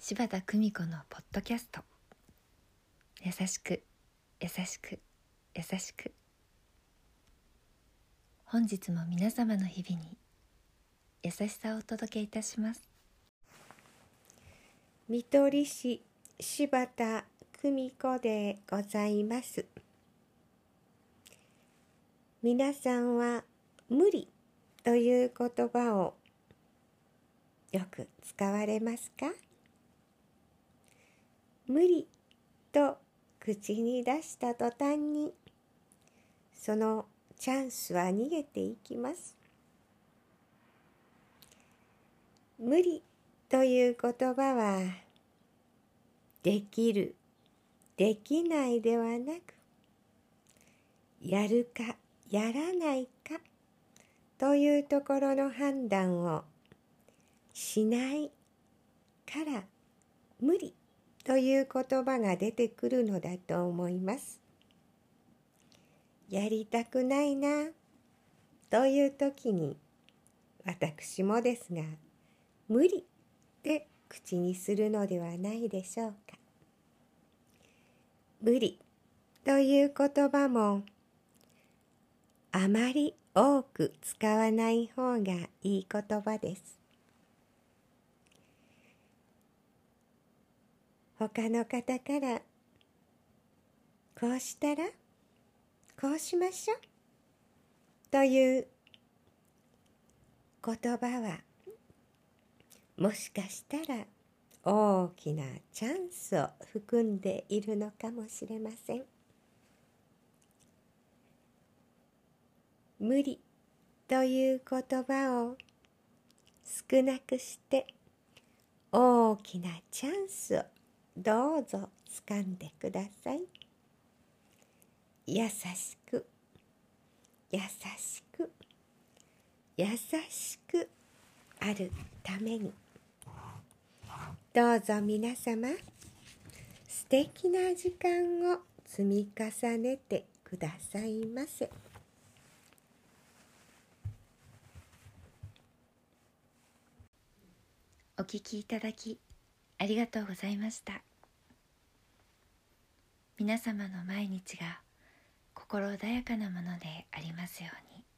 柴田久美子のポッドキャスト。優しく優しく優しく。本日も皆様の日々に優しさをお届けいたします。 見取り師柴田久美子でございます。皆さんは無理という言葉をよく使われますか？無理と口に出した途端にそのチャンスは逃げていきます。無理という言葉はできる、できないではなく、やるかやらないかというところの判断をしないから無理という言葉が出てくるのだと思います。やりたくないなという時に私もですが無理って口にするのではないでしょうか。無理という言葉もあまり多く使わない方がいい言葉です。他の方からこうしたらこうしましょうという言葉はもしかしたら大きなチャンスを含んでいるのかもしれません。無理という言葉を少なくして大きなチャンスをどうぞ掴んでください。優しく優しく優しくあるためにどうぞ皆様素敵な時間を積み重ねてくださいませ。 お聞きいただきありがとうございました。皆様の毎日が心穏やかなものでありますように。